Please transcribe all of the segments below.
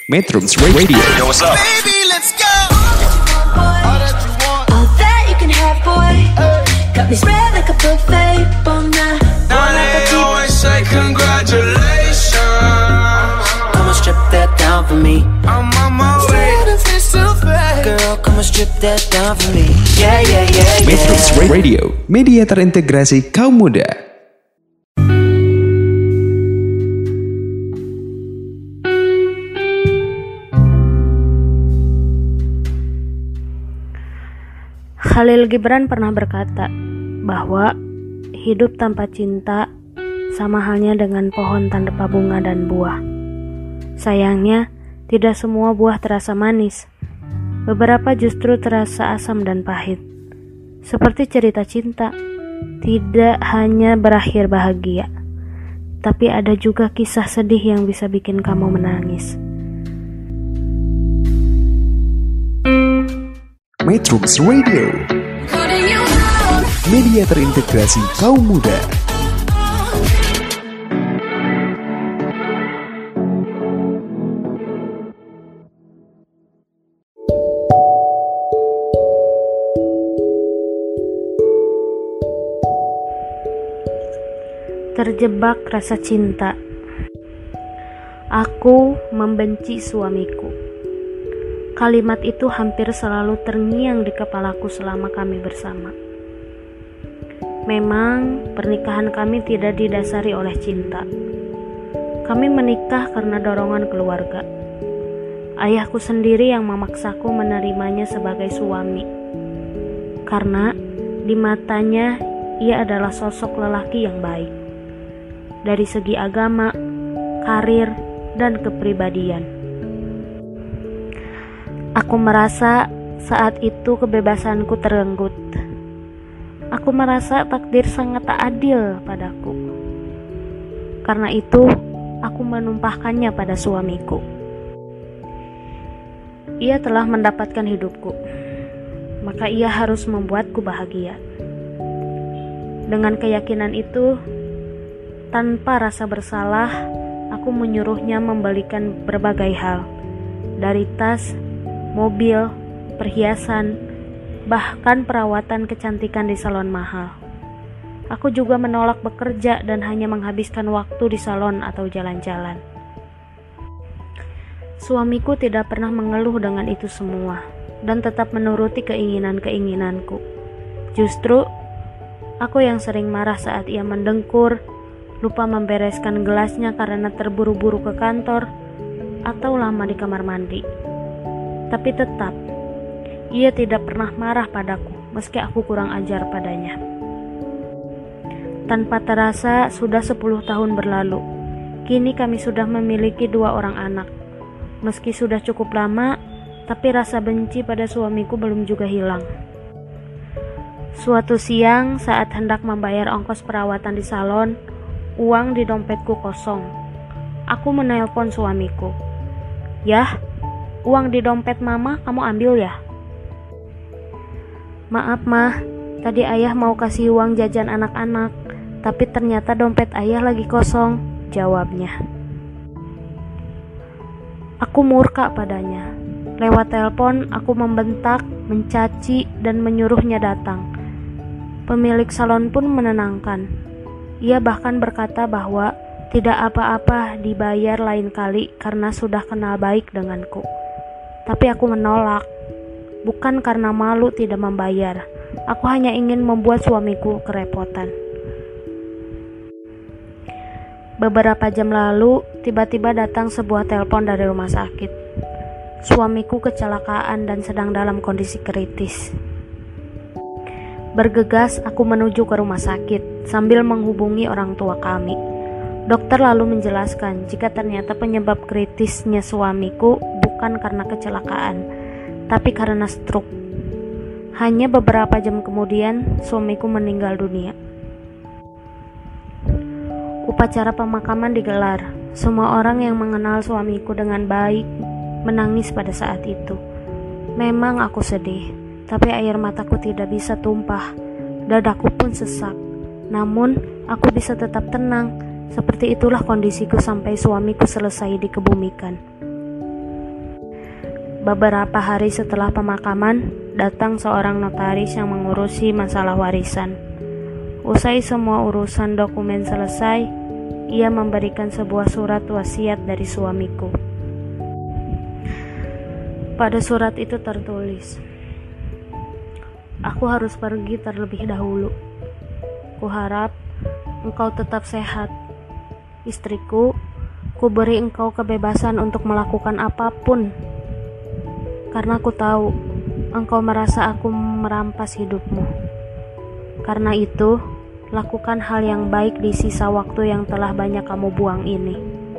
Metrums Radio. Yo, what's up? Baby, let's go. All that you want, all that you can have, boy. Got me spread like a buffet, bon night. Now they always say congratulations. Come on, strip that down for me. I'm on my way. Girl, come on, strip that down for me. Yeah, yeah, yeah, yeah. Metrums Radio, media terintegrasi kaum muda. Khalil Gibran pernah berkata bahwa hidup tanpa cinta sama halnya dengan pohon tanpa bunga dan buah. Sayangnya, tidak semua buah terasa manis. Beberapa justru terasa asam dan pahit. Seperti cerita cinta, tidak hanya berakhir bahagia, tapi ada juga kisah sedih yang bisa bikin kamu menangis. Metrums Radio, media terintegrasi kaum muda. Terjebak rasa cinta. Aku membenci suamiku. Kalimat itu hampir selalu terngiang di kepalaku selama kami bersama. Memang pernikahan kami tidak didasari oleh cinta. Kami menikah karena dorongan keluarga. Ayahku sendiri yang memaksaku menerimanya sebagai suami. Karena di matanya ia adalah sosok lelaki yang baik. Dari segi agama, karir, dan kepribadian. Aku merasa saat itu kebebasanku terenggut. Aku merasa takdir sangat tak adil padaku. Karena itu, aku menumpahkannya pada suamiku. Ia telah mendapatkan hidupku, maka ia harus membuatku bahagia. Dengan keyakinan itu, tanpa rasa bersalah, aku menyuruhnya membelikan berbagai hal, dari tas, mobil, perhiasan, bahkan perawatan kecantikan di salon mahal. Aku juga menolak bekerja dan hanya menghabiskan waktu di salon atau jalan-jalan. Suamiku tidak pernah mengeluh dengan itu semua dan tetap menuruti keinginan-keinginanku. Justru, aku yang sering marah saat ia mendengkur, lupa membereskan gelasnya karena terburu-buru ke kantor, atau lama di kamar mandi. Tapi tetap, ia tidak pernah marah padaku meski aku kurang ajar padanya. Tanpa terasa sudah 10 tahun berlalu. Kini kami sudah memiliki 2 orang anak. Meski sudah cukup lama, tapi rasa benci pada suamiku belum juga hilang. Suatu siang saat hendak membayar ongkos perawatan di salon, uang di dompetku kosong. Aku menelpon suamiku. "Yah, uang di dompet mama kamu ambil ya?" "Maaf mah, tadi ayah mau kasih uang jajan anak-anak, tapi ternyata dompet ayah lagi kosong," jawabnya. Aku murka padanya. Lewat telepon aku membentak, mencaci, dan menyuruhnya datang. Pemilik salon pun menenangkan. Ia bahkan berkata bahwa tidak apa-apa dibayar lain kali karena sudah kenal baik denganku. Tapi aku menolak. Bukan karena malu tidak membayar. Aku hanya ingin membuat suamiku kerepotan. Beberapa jam lalu, tiba-tiba datang sebuah telepon dari rumah sakit. Suamiku kecelakaan dan sedang dalam kondisi kritis. Bergegas aku menuju ke rumah sakit sambil menghubungi orang tua kami. Dokter lalu menjelaskan jika ternyata penyebab kritisnya suamiku bukan karena kecelakaan, tapi karena stroke. Hanya beberapa jam kemudian suamiku meninggal dunia. Upacara pemakaman digelar. Semua orang yang mengenal suamiku dengan baik menangis pada saat itu. Memang aku sedih, tapi air mataku tidak bisa tumpah. Dadaku pun sesak. Namun, aku bisa tetap tenang. Seperti itulah kondisiku sampai suamiku selesai dikebumikan. Beberapa hari setelah pemakaman, datang seorang notaris yang mengurusi masalah warisan. Usai semua urusan dokumen selesai, ia memberikan sebuah surat wasiat dari suamiku. Pada surat itu tertulis, "Aku harus pergi terlebih dahulu. Kuharap engkau tetap sehat. Istriku, kuberi engkau kebebasan untuk melakukan apapun. Karena aku tahu engkau merasa aku merampas hidupmu. Karena itu, lakukan hal yang baik di sisa waktu yang telah banyak kamu buang ini.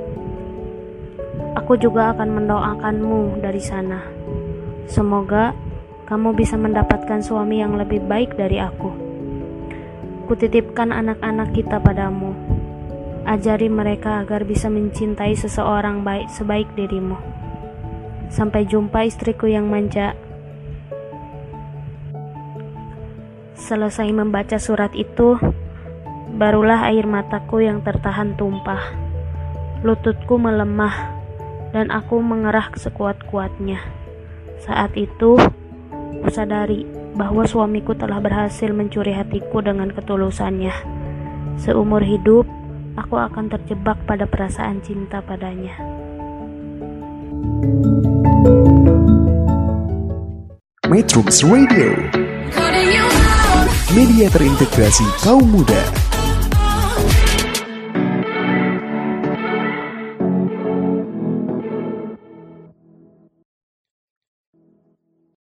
Aku juga akan mendoakanmu dari sana. Semoga kamu bisa mendapatkan suami yang lebih baik dari aku. Kutitipkan anak-anak kita padamu. Ajari mereka agar bisa mencintai seseorang baik sebaik dirimu. Sampai jumpa, istriku yang manja." Selesai membaca surat itu, barulah air mataku yang tertahan tumpah. Lututku melemah dan aku mengerah sekuat-kuatnya. Saat itu, kusadari bahwa suamiku telah berhasil mencuri hatiku dengan ketulusannya. Seumur hidup, aku akan terjebak pada perasaan cinta padanya. Metrums Radio, media terintegrasi kaum muda.